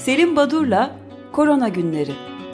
Selim Badur'la Korona Günleri.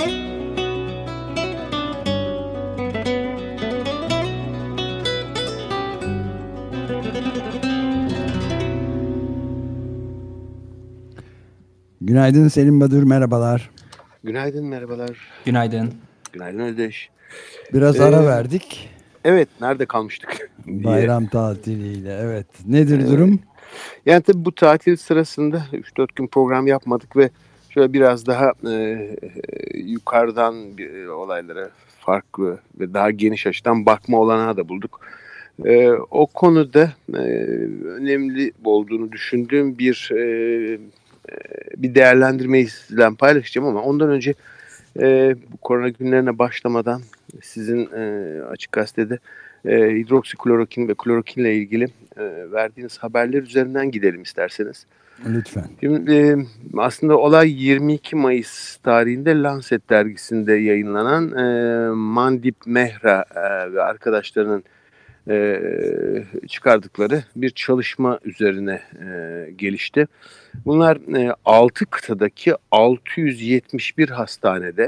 Günaydın Selim Badur, merhabalar. Günaydın, merhabalar. Günaydın. Günaydın Özdeş. Biraz ara verdik. Evet, nerede kalmıştık? Bayram tatiliyle, evet. Nedir durum? Yani tabii bu tatil sırasında 3-4 gün program yapmadık ve şöyle biraz daha yukarıdan olaylara farklı ve daha geniş açıdan bakma olanağı da bulduk. O konuda önemli olduğunu düşündüğüm bir değerlendirmeyi sizden paylaşacağım ama ondan önce bu korona günlerine başlamadan sizin Açık Gazete'de hidroksiklorokin ve klorokinle ilgili verdiğiniz haberler üzerinden gidelim isterseniz. Lütfen. Şimdi, aslında olay 22 Mayıs tarihinde Lancet dergisinde yayınlanan Mandip Mehra ve arkadaşlarının çıkardıkları bir çalışma üzerine gelişti. Bunlar 6 kıtadaki 671 hastanede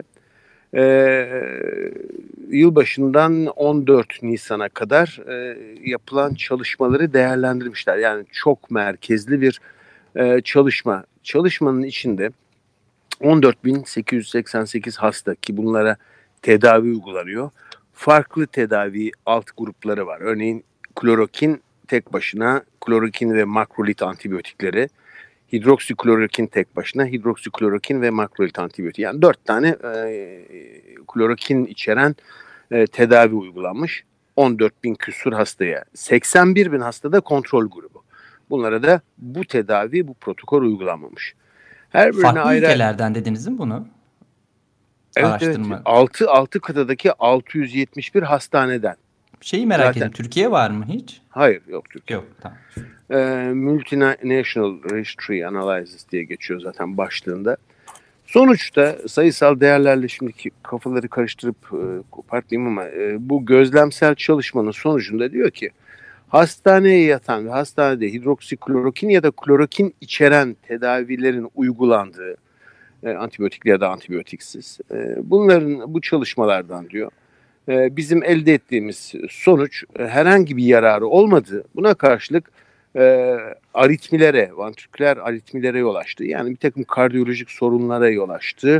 yılbaşından 14 Nisan'a kadar yapılan çalışmaları değerlendirmişler. Yani çok merkezli bir çalışma. Çalışmanın içinde 14.888 hasta ki bunlara tedavi uygulanıyor. Farklı tedavi alt grupları var. Örneğin klorokin tek başına, klorokin ve makrolit antibiyotikleri, hidroksiklorokin tek başına, hidroksiklorokin ve makrolit antibiyotik. Yani 4 tane klorokin içeren tedavi uygulanmış. 14.000 küsur hastaya. 81.000 hastada kontrol grubu. Bunlara da bu tedavi, bu protokol uygulanmamış. Her farklı ülkelerden dediniz mi bunu? Evet, araştırma. Evet. 6 kıtadaki 671 hastaneden. Şeyi merak ettim. Türkiye var mı hiç? Hayır, yok Türkiye. Yok, tamam. Multinational Registry Analysis diye geçiyor zaten başlığında. Sonuçta sayısal değerlerle şimdiki kafaları karıştırıp kopartmayayım ama bu gözlemsel çalışmanın sonucunda diyor ki hastaneye yatan ve hastanede hidroksiklorokin ya da klorokin içeren tedavilerin uygulandığı antibiyotikli ya da antibiyotiksiz. Bu çalışmalardan diyor bizim elde ettiğimiz sonuç herhangi bir yararı olmadı. Buna karşılık aritmilere, ventriküler aritmilere yol açtı. Yani bir takım kardiyolojik sorunlara yol açtı.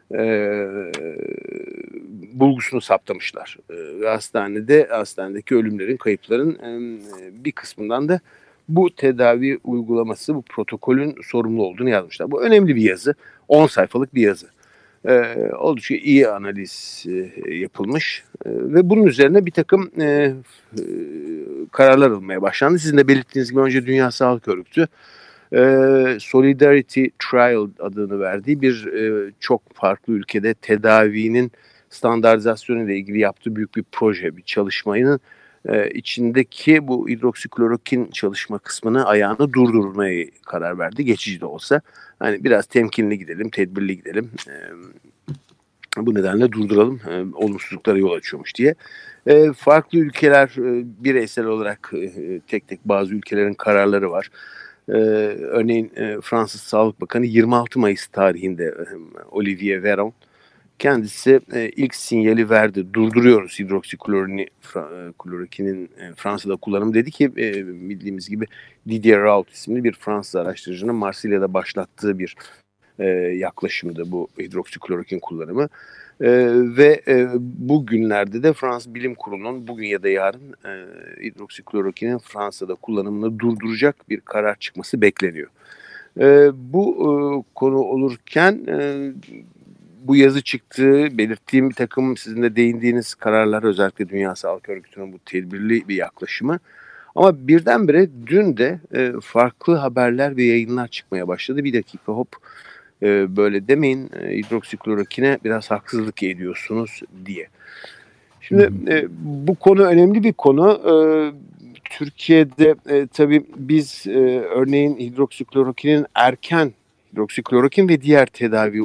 Bulgusunu saptamışlar. Ve hastanedeki ölümlerin, kayıpların bir kısmından da bu tedavi uygulaması, bu protokolün sorumlu olduğunu yazmışlar. Bu önemli bir yazı. 10 sayfalık bir yazı. Oldukça iyi analiz yapılmış ve bunun üzerine bir takım kararlar alınmaya başlandı. Sizin de belirttiğiniz gibi önce Dünya Sağlık Örgütü Solidarity Trial adını verdiği bir çok farklı ülkede tedavinin standartizasyonu ile ilgili yaptığı büyük bir proje, bir çalışmanın içindeki bu hidroksiklorokin çalışma kısmını ayağını durdurmaya karar verdi. Geçici de olsa. Hani biraz temkinli gidelim, tedbirli gidelim. Bu nedenle durduralım. Olumsuzluklara yol açıyormuş diye. Farklı ülkeler bireysel olarak tek tek bazı ülkelerin kararları var. Örneğin Fransız Sağlık Bakanı 26 Mayıs tarihinde Olivier Véran kendisi ilk sinyali verdi. Durduruyoruz hidroksiklorokinin Fransa'da kullanımı dedi ki bildiğimiz gibi Didier Raoult isimli bir Fransız araştırıcının Marsilya'da başlattığı bir yaklaşımdı bu hidroksiklorokin kullanımı. Ve bu günlerde de Fransız Bilim Kurulu'nun bugün ya da yarın hidroksiklorokinin Fransa'da kullanımını durduracak bir karar çıkması bekleniyor. Bu konu olurken bu yazı çıktığı, belirttiğim bir takım sizin de değindiğiniz kararlar, özellikle Dünya Sağlık Örgütü'nün bu tedbirli bir yaklaşımı. Ama birdenbire dün de farklı haberler ve yayınlar çıkmaya başladı. Bir dakika hop böyle demeyin, hidroksiklorokine biraz haksızlık ediyorsunuz diye. Şimdi bu konu önemli bir konu. Türkiye'de tabii biz örneğin hidroksiklorokinin hidroksiklorokin ve diğer tedavi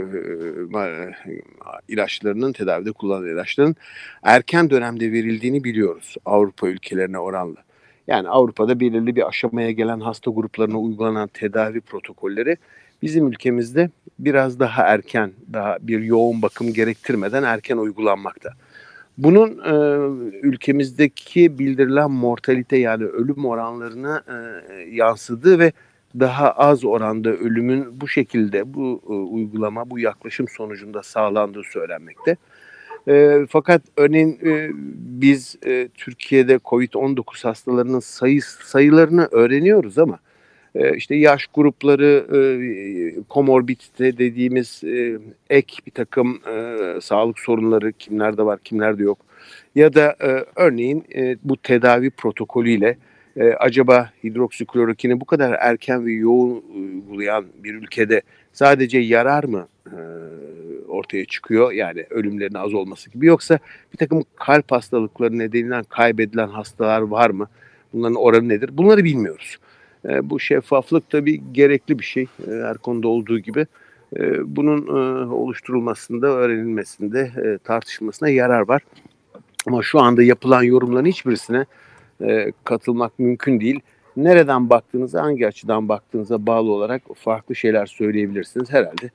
ilaçlarının, tedavide kullanılan ilaçların erken dönemde verildiğini biliyoruz Avrupa ülkelerine oranla. Yani Avrupa'da belirli bir aşamaya gelen hasta gruplarına uygulanan tedavi protokolleri bizim ülkemizde biraz daha erken, daha bir yoğun bakım gerektirmeden erken uygulanmakta. Bunun ülkemizdeki bildirilen mortalite yani ölüm oranlarına yansıdığı ve daha az oranda ölümün bu şekilde bu uygulama, bu yaklaşım sonucunda sağlandığı söylenmekte. Fakat örneğin biz Türkiye'de COVID-19 hastalarının sayılarını öğreniyoruz ama işte yaş grupları, komorbidite dediğimiz ek bir takım sağlık sorunları kimlerde var, kimlerde yok. Ya da örneğin bu tedavi protokolüyle acaba hidroksiklorokini bu kadar erken ve yoğun uygulayan bir ülkede sadece yarar mı ortaya çıkıyor? Yani ölümlerin az olması gibi. Yoksa bir takım kalp hastalıkları nedeniyle kaybedilen hastalar var mı? Bunların oranı nedir? Bunları bilmiyoruz. Bu şeffaflık tabii gerekli bir şey. Her konuda olduğu gibi. Bunun oluşturulmasında, öğrenilmesinde, tartışılmasına yarar var. Ama şu anda yapılan yorumların hiçbirisine katılmak mümkün değil. Nereden baktığınıza, hangi açıdan baktığınıza bağlı olarak farklı şeyler söyleyebilirsiniz. Herhalde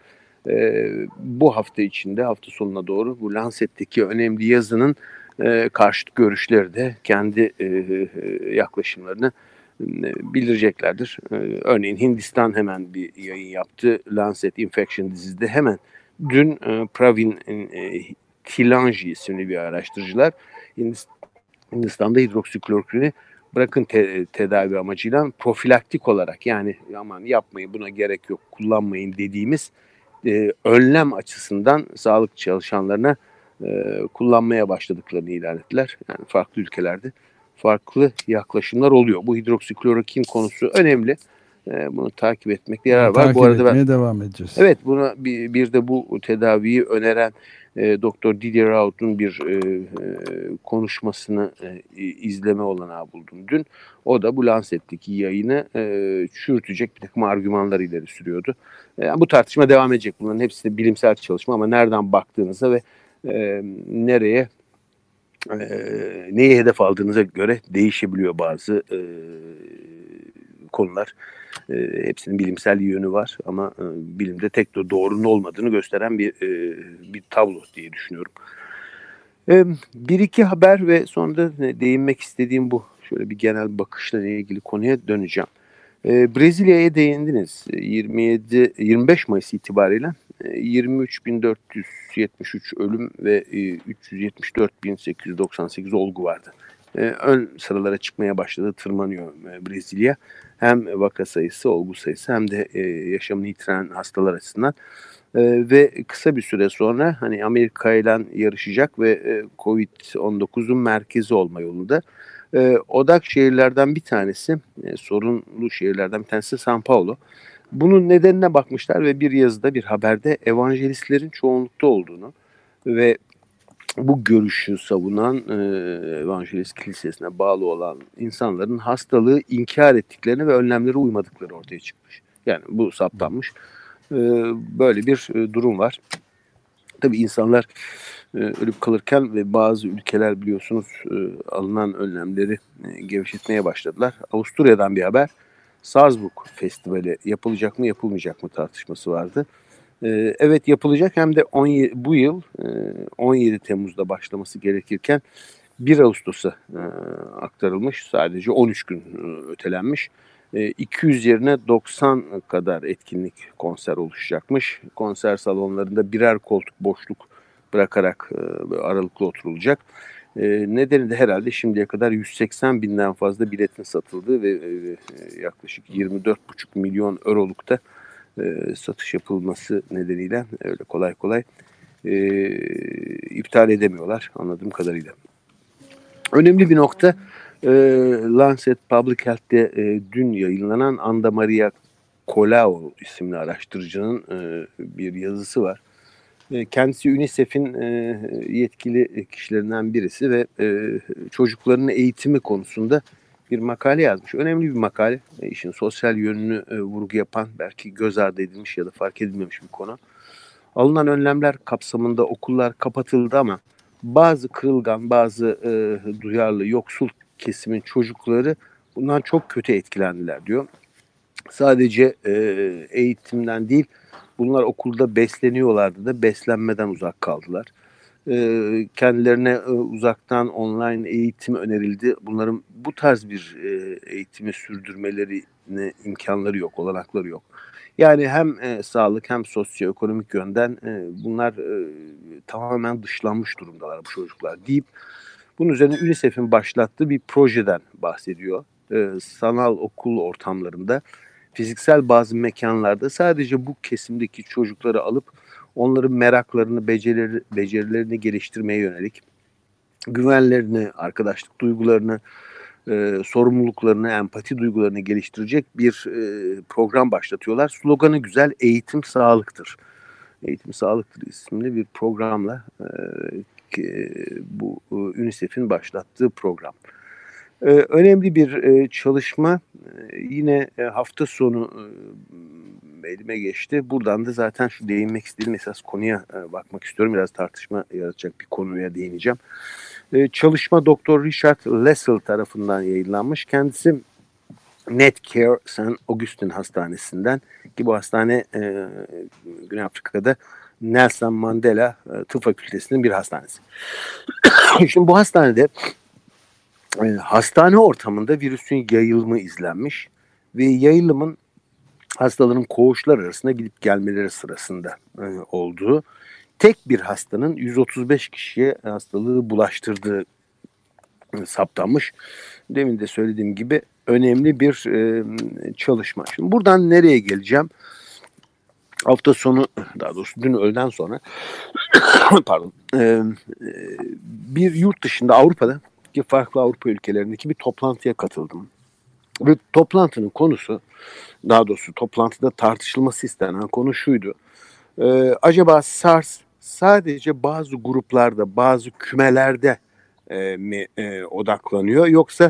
bu hafta içinde, hafta sonuna doğru bu Lancet'teki önemli yazının karşıt görüşleri de kendi yaklaşımlarını bildireceklerdir. Örneğin Hindistan hemen bir yayın yaptı. Lancet Infection Disease'de hemen dün Pravin Tilanji isimli bir araştırıcılar Hindistan'da hidroksiklorokini bırakın tedavi amacıyla profilaktik olarak yani aman yapmayın buna gerek yok kullanmayın dediğimiz önlem açısından sağlık çalışanlarına kullanmaya başladıklarını ilan ettiler. Yani farklı ülkelerde farklı yaklaşımlar oluyor. Bu hidroksiklorokin konusu önemli. Bunu takip etmekte yarar var. Takip bu arada etmeye devam edeceğiz. Evet, buna bir de bu tedaviyi öneren Dr. Didier Raoult'un bir konuşmasını izleme olanağı buldum dün. O da bu Lancet'teki yayını çürütecek bir takım argümanlar ileri sürüyordu. Bu tartışma devam edecek. Bunların hepsi de bilimsel çalışma ama nereden baktığınıza ve nereye neyi hedef aldığınıza göre değişebiliyor bazı konular. Hepsinin bilimsel yönü var ama bilimde tek de doğrunun olmadığını gösteren bir tablo diye düşünüyorum. Bir iki haber ve sonra da değinmek istediğim bu. Şöyle bir genel bakışla ilgili konuya döneceğim. Brezilya'ya değindiniz. 25 Mayıs itibariyle 23.473 ölüm ve 374.898 olgu vardı. Ön sıralara çıkmaya başladı, tırmanıyor Brezilya. Hem vaka sayısı, olgu sayısı hem de yaşamını yitiren hastalar açısından. Ve kısa bir süre sonra hani Amerika ile yarışacak ve Covid-19'un merkezi olma yolunda. Odak şehirlerden bir tanesi, sorunlu şehirlerden bir tanesi São Paulo. Bunun nedenine bakmışlar ve bir yazıda, bir haberde evangelistlerin çoğunlukta olduğunu ve bu görüşü savunan Evangelist Kilisesi'ne bağlı olan insanların hastalığı inkar ettiklerini ve önlemlere uymadıkları ortaya çıkmış. Yani bu saptanmış. Böyle bir durum var. Tabii insanlar ölüp kalırken ve bazı ülkeler biliyorsunuz alınan önlemleri gevşetmeye başladılar. Avusturya'dan bir haber. Salzburg Festivali yapılacak mı yapılmayacak mı tartışması vardı. Evet yapılacak hem de bu yıl 17 Temmuz'da başlaması gerekirken 1 Ağustos'a aktarılmış. Sadece 13 gün ötelenmiş. 200 yerine 90 kadar etkinlik konser oluşacakmış. Konser salonlarında birer koltuk boşluk bırakarak aralıklı oturulacak. Nedeni de herhalde şimdiye kadar 180 binden fazla biletin satıldığı ve yaklaşık 24,5 milyon eurolukta satış yapılması nedeniyle öyle kolay kolay iptal edemiyorlar anladığım kadarıyla. Önemli bir nokta Lancet Public Health'te dün yayınlanan Anda Maria Colau isimli araştırıcının bir yazısı var. Kendisi UNICEF'in yetkili kişilerinden birisi ve çocukların eğitimi konusunda bir makale yazmış. Önemli bir makale. İşin sosyal yönünü vurgu yapan, belki göz ardı edilmiş ya da fark edilmemiş bir konu. Alınan önlemler kapsamında okullar kapatıldı ama bazı kırılgan, bazı duyarlı, yoksul kesimin çocukları bundan çok kötü etkilendiler diyor. sadece eğitimden değil, bunlar okulda besleniyorlardı da beslenmeden uzak kaldılar. Kendilerine uzaktan online eğitim önerildi. Bunların bu tarz bir eğitimi sürdürmelerine imkanları yok, olanakları yok. Yani hem sağlık hem sosyoekonomik yönden bunlar tamamen dışlanmış durumdalar bu çocuklar deyip bunun üzerine UNICEF'in başlattığı bir projeden bahsediyor. Sanal okul ortamlarında, fiziksel bazı mekanlarda sadece bu kesimdeki çocukları alıp onların meraklarını, becerilerini geliştirmeye yönelik güvenlerini, arkadaşlık duygularını, sorumluluklarını, empati duygularını geliştirecek bir program başlatıyorlar. Sloganı güzel, eğitim sağlıktır. Eğitim sağlıktır isimli bir programla bu UNICEF'in başlattığı program. Önemli bir çalışma. Yine hafta sonu elime geçti. Buradan da zaten şu değinmek istediğim esas konuya bakmak istiyorum. Biraz tartışma yaratacak bir konuya değineceğim. Çalışma Dr. Richard Lessell tarafından yayınlanmış. Kendisi Netcare St. Augustine Hastanesi'nden, ki bu hastane Güney Afrika'da Nelson Mandela Tıp Fakültesi'nin bir hastanesi. Şimdi bu hastanede hastane ortamında virüsün yayılımı izlenmiş ve yayılımın hastaların koğuşlar arasında gidip gelmeleri sırasında olduğu, tek bir hastanın 135 kişiye hastalığı bulaştırdığı saptanmış. Demin de söylediğim gibi önemli bir çalışma. Şimdi buradan nereye geleceğim? Hafta sonu, daha doğrusu dün öğleden sonra pardon, bir yurt dışında, Avrupa'da ki farklı Avrupa ülkelerindeki bir toplantıya katıldım. Ve toplantının konusu, daha doğrusu toplantıda tartışılması istenen konu şuydu. Acaba SARS sadece bazı gruplarda, bazı kümelerde mi odaklanıyor, yoksa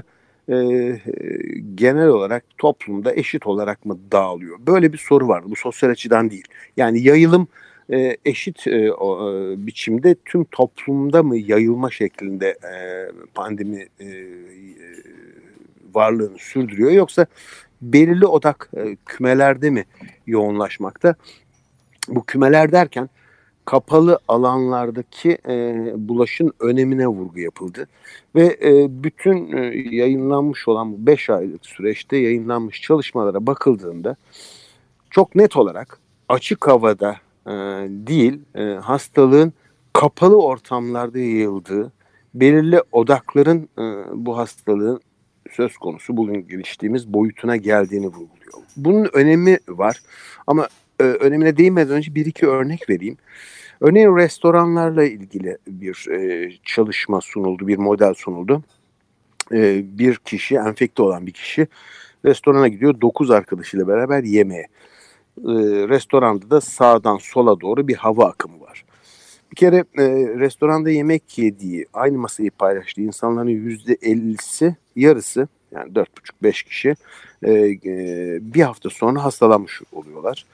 genel olarak toplumda eşit olarak mı dağılıyor? Böyle bir soru vardı. Bu sosyal açıdan değil. Yani yayılım eşit biçimde tüm toplumda mı yayılma şeklinde pandemi varlığını sürdürüyor, yoksa belirli odak kümelerde mi yoğunlaşmakta? Bu kümeler derken kapalı alanlardaki bulaşın önemine vurgu yapıldı. Ve bütün yayınlanmış olan bu 5 aylık süreçte yayınlanmış çalışmalara bakıldığında çok net olarak açık havada değil, hastalığın kapalı ortamlarda yayıldığı, belirli odakların bu hastalığın söz konusu bugün geliştiğimiz boyutuna geldiğini vurguluyor. Bunun önemi var ama önemine değinmeden önce bir iki örnek vereyim. Örneğin restoranlarla ilgili bir çalışma sunuldu, bir model sunuldu. Bir kişi, enfekte olan bir kişi restorana gidiyor 9 arkadaşıyla beraber yemeğe. Restoranda da sağdan sola doğru bir hava akımı var. Bir kere restoranda yemek yediği, aynı masayı paylaştığı insanların %50'si, yarısı, yani 4,5-5 kişi bir hafta sonra hastalanmış oluyorlar.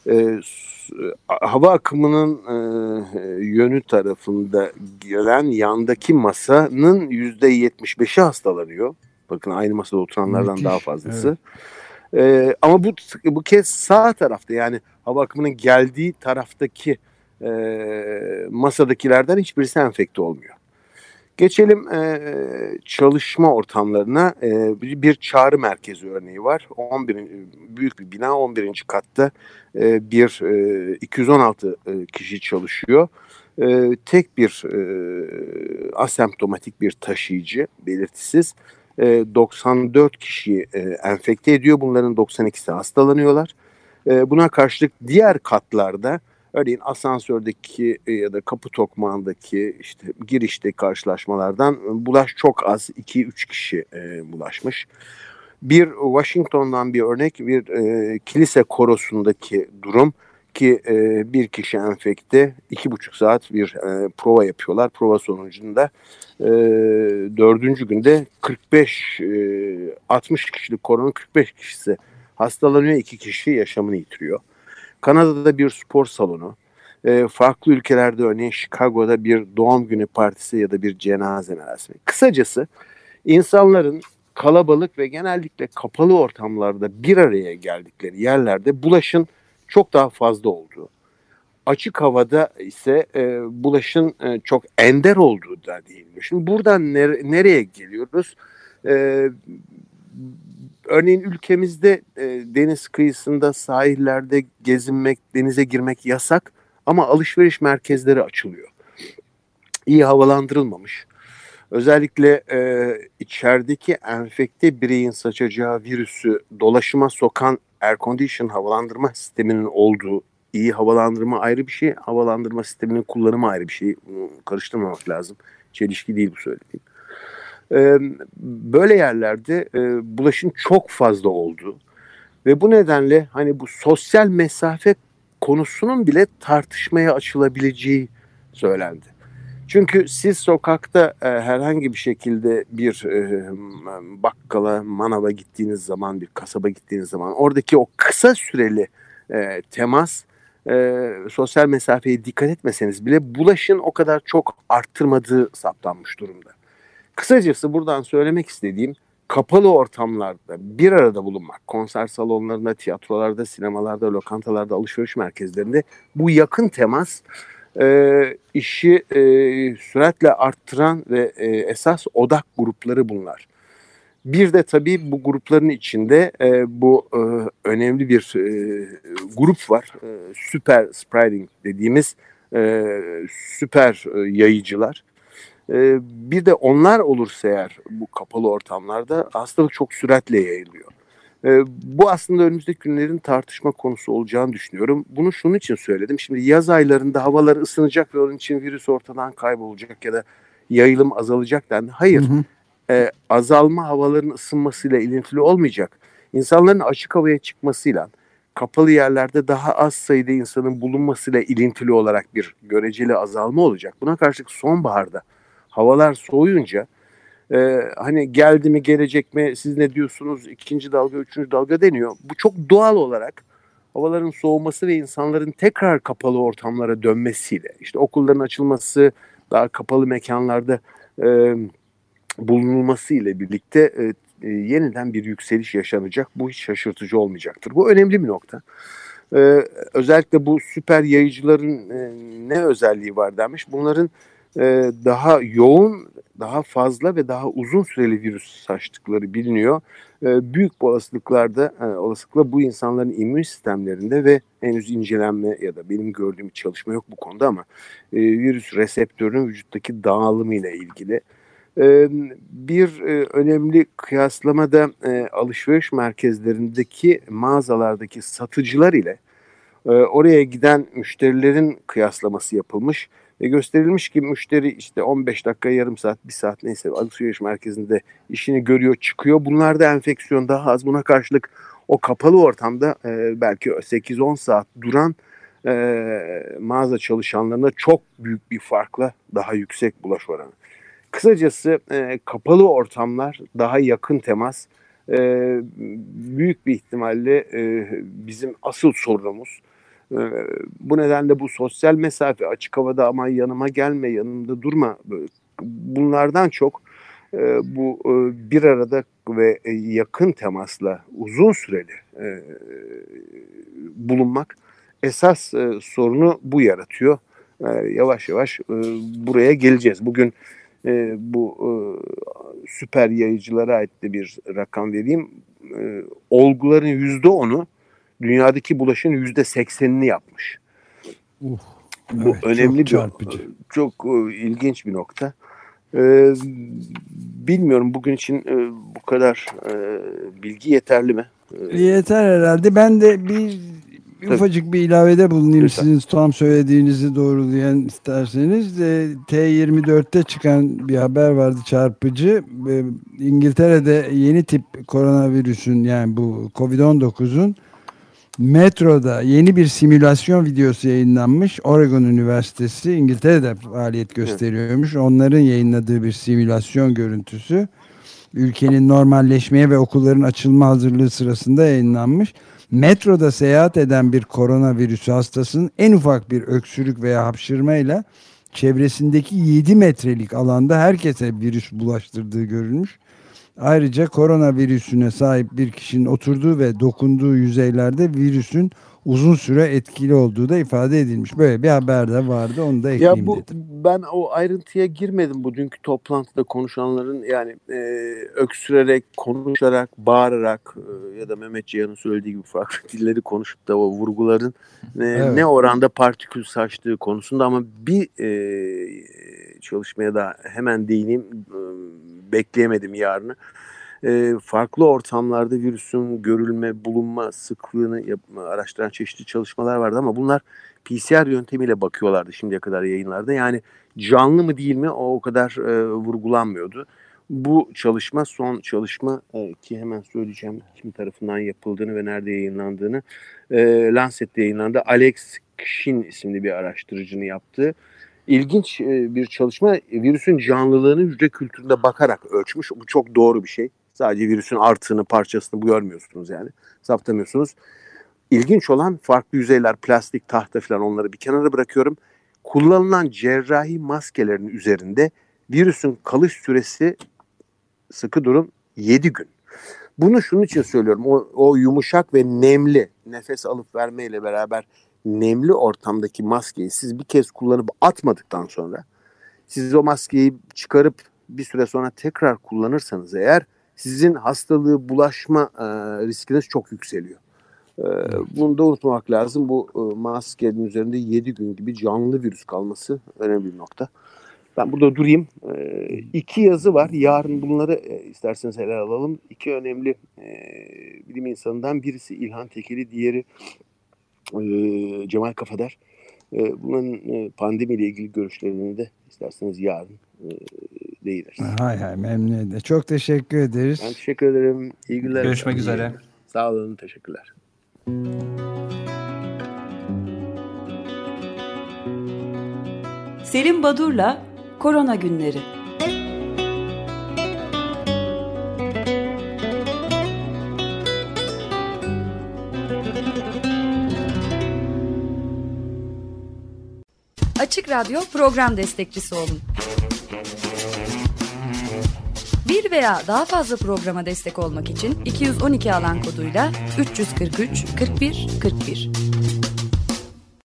Hava akımının yönü tarafında gelen yandaki masanın %75'i hastalanıyor. Bakın, aynı masada oturanlardan müthiş, daha fazlası. Evet. Ama bu kez sağ tarafta, yani hava akımının geldiği taraftaki masadakilerden hiçbirisi enfekte olmuyor. Geçelim çalışma ortamlarına. Bir çağrı merkezi örneği var. Büyük bir bina, 11. katta bir 216 kişi çalışıyor. Tek bir asemptomatik bir taşıyıcı, belirtisiz, 94 kişiyi enfekte ediyor. Bunların 92'si hastalanıyorlar. Buna karşılık diğer katlarda, örneğin asansördeki ya da kapı tokmağındaki, işte girişte karşılaşmalardan bulaş çok az, 2-3 kişi bulaşmış. Bir Washington'dan bir örnek, bir kilise korosundaki durum ki bir kişi enfekte, 2,5 saat bir prova yapıyorlar. Prova sonucunda 4. günde 60 kişilik koronun 45 kişisi hastalanıyor, 2 kişi yaşamını yitiriyor. Kanada'da bir spor salonu, farklı ülkelerde, örneğin Chicago'da bir doğum günü partisi ya da bir cenaze merasimi. Kısacası insanların kalabalık ve genellikle kapalı ortamlarda bir araya geldikleri yerlerde bulaşın çok daha fazla olduğu. Açık havada ise bulaşın çok ender olduğu da değiniliyor. Şimdi buradan nereye geliyoruz? Örneğin ülkemizde deniz kıyısında, sahillerde gezinmek, denize girmek yasak ama alışveriş merkezleri açılıyor. İyi havalandırılmamış. Özellikle içerideki enfekte bireyin saçacağı virüsü dolaşıma sokan air condition havalandırma sisteminin olduğu, iyi havalandırma ayrı bir şey, havalandırma sisteminin kullanımı ayrı bir şey. Bunu karıştırmamak lazım. Çelişki değil bu söylediğim. Böyle yerlerde bulaşın çok fazla olduğu ve bu nedenle hani bu sosyal mesafe konusunun bile tartışmaya açılabileceği söylendi. Çünkü siz sokakta herhangi bir şekilde bir bakkala, manava gittiğiniz zaman, bir kasaba gittiğiniz zaman oradaki o kısa süreli temas, sosyal mesafeye dikkat etmeseniz bile bulaşın o kadar çok arttırmadığı saptanmış durumda. Kısacası buradan söylemek istediğim, kapalı ortamlarda bir arada bulunmak, konser salonlarında, tiyatrolarda, sinemalarda, lokantalarda, alışveriş merkezlerinde bu yakın temas işi süratle arttıran ve esas odak grupları bunlar. Bir de tabii bu grupların içinde bu önemli bir grup var. Super spreading dediğimiz süper yayıcılar. Bir de onlar olursa eğer bu kapalı ortamlarda hastalık çok süratle yayılıyor. Bu aslında önümüzdeki günlerin tartışma konusu olacağını düşünüyorum. Bunu şunun için söyledim. Şimdi yaz aylarında havalar ısınacak ve onun için virüs ortadan kaybolacak ya da yayılım azalacak dendi. Hayır, azalma havaların ısınmasıyla ilintili olmayacak. İnsanların açık havaya çıkmasıyla, kapalı yerlerde daha az sayıda insanın bulunmasıyla ilintili olarak bir göreceli azalma olacak. Buna karşılık sonbaharda havalar soğuyunca hani geldi mi gelecek mi siz ne diyorsunuz, ikinci dalga, üçüncü dalga deniyor. Bu çok doğal olarak havaların soğuması ve insanların tekrar kapalı ortamlara dönmesiyle, işte okulların açılması, daha kapalı mekanlarda bulunulması ile birlikte yeniden bir yükseliş yaşanacak. Bu hiç şaşırtıcı olmayacaktır. Bu önemli bir nokta. Özellikle bu süper yayıcıların ne özelliği var denmiş. Bunların daha yoğun, daha fazla ve daha uzun süreli virüs saçtıkları biliniyor. Büyük olasılıkla bu insanların immün sistemlerinde ve henüz incelenme ya da benim gördüğüm çalışma yok bu konuda ama virüs reseptörünün vücuttaki dağılımıyla ilgili. Bir önemli kıyaslama da alışveriş merkezlerindeki mağazalardaki satıcılar ile oraya giden müşterilerin kıyaslaması yapılmış ve gösterilmiş ki müşteri işte 15 dakika, yarım saat, bir saat neyse alışveriş merkezinde işini görüyor, çıkıyor. Bunlarda enfeksiyon daha az. Buna karşılık o kapalı ortamda belki 8-10 saat duran mağaza çalışanlarına çok büyük bir farkla daha yüksek bulaş oranı. Kısacası kapalı ortamlar, daha yakın temas büyük bir ihtimalle bizim asıl sorunumuz. Bu nedenle bu sosyal mesafe, açık havada aman yanıma gelme, yanımda durma, bunlardan çok bu bir arada ve yakın temasla uzun süreli bulunmak esas sorunu bu yaratıyor. Yavaş yavaş buraya geleceğiz. Bugün bu süper yayıcılara ait de bir rakam vereyim. Olguların %10'u dünyadaki bulaşın %80'ini yapmış. Bu evet, önemli çok ilginç bir nokta. Bilmiyorum bugün için bu kadar bilgi yeterli mi? Yeter herhalde. Ben de ufacık bir ilavede bulunayım. Lütfen. Sizin tam söylediğinizi doğrulayan isterseniz. T24'te çıkan bir haber vardı, çarpıcı. İngiltere'de yeni tip koronavirüsün, yani bu Covid-19'un metroda yeni bir simülasyon videosu yayınlanmış. Oregon Üniversitesi İngiltere'de faaliyet gösteriyormuş. Onların yayınladığı bir simülasyon görüntüsü ülkenin normalleşmeye ve okulların açılma hazırlığı sırasında yayınlanmış. Metroda seyahat eden bir koronavirüsü hastasının en ufak bir öksürük veya hapşırmayla çevresindeki 7 metrelik alanda herkese virüs bulaştırdığı görülmüş. Ayrıca koronavirüsüne sahip bir kişinin oturduğu ve dokunduğu yüzeylerde virüsün uzun süre etkili olduğu da ifade edilmiş. Böyle bir haber de vardı, onu da ekleyeyim dedim. Ben o ayrıntıya girmedim bu dünkü toplantıda konuşanların, yani öksürerek, konuşarak, bağırarak ya da Mehmet Cihan'ın söylediği gibi farklı dilleri konuşup da o vurguların evet, ne oranda partikül saçtığı konusunda, ama bir çalışmaya da hemen değineyim, bekleyemedim yarını. Farklı ortamlarda virüsün görülme, bulunma sıklığını araştıran çeşitli çalışmalar vardı ama bunlar PCR yöntemiyle bakıyorlardı şimdiye kadar yayınlarda. Yani canlı mı değil mi o kadar vurgulanmıyordu. Bu çalışma, son çalışma ki hemen söyleyeceğim kim tarafından yapıldığını ve nerede yayınlandığını, Lancet'te yayınlandı. Alex Kshin isimli bir araştırıcının yaptığı İlginç bir çalışma, virüsün canlılığını hücre kültüründe bakarak ölçmüş. Bu çok doğru bir şey. Sadece virüsün artığını, parçasını görmüyorsunuz yani. Saptamıyorsunuz. İlginç olan farklı yüzeyler, plastik, tahta falan, onları bir kenara bırakıyorum. Kullanılan cerrahi maskelerin üzerinde virüsün kalış süresi, sıkı durun, 7 gün. Bunu şunun için söylüyorum. O yumuşak ve nemli, nefes alıp vermeyle beraber nemli ortamdaki maskeyi siz bir kez kullanıp atmadıktan sonra, siz o maskeyi çıkarıp bir süre sonra tekrar kullanırsanız eğer, sizin hastalığı bulaşma riskiniz çok yükseliyor. Bunu da unutmamak lazım. Bu maskenin üzerinde 7 gün gibi canlı virüs kalması önemli bir nokta. Ben burada durayım. 2 yazı var. Yarın bunları isterseniz ele alalım. 2 önemli bilim insanından birisi İlhan Tekeli, diğeri Cemal Kafadar. Bunların pandemiyle ilgili görüşlerini de isterseniz yarın değiniriz. Hay memnun ederim. Çok teşekkür ederiz. Ben teşekkür ederim. İyi günler. Görüşmek üzere. Sağ olun. Teşekkürler. Selim Badur'la Korona Günleri. Açık Radyo program destekçisi olun. Bir veya daha fazla programa destek olmak için 212 alan koduyla 343 41 41.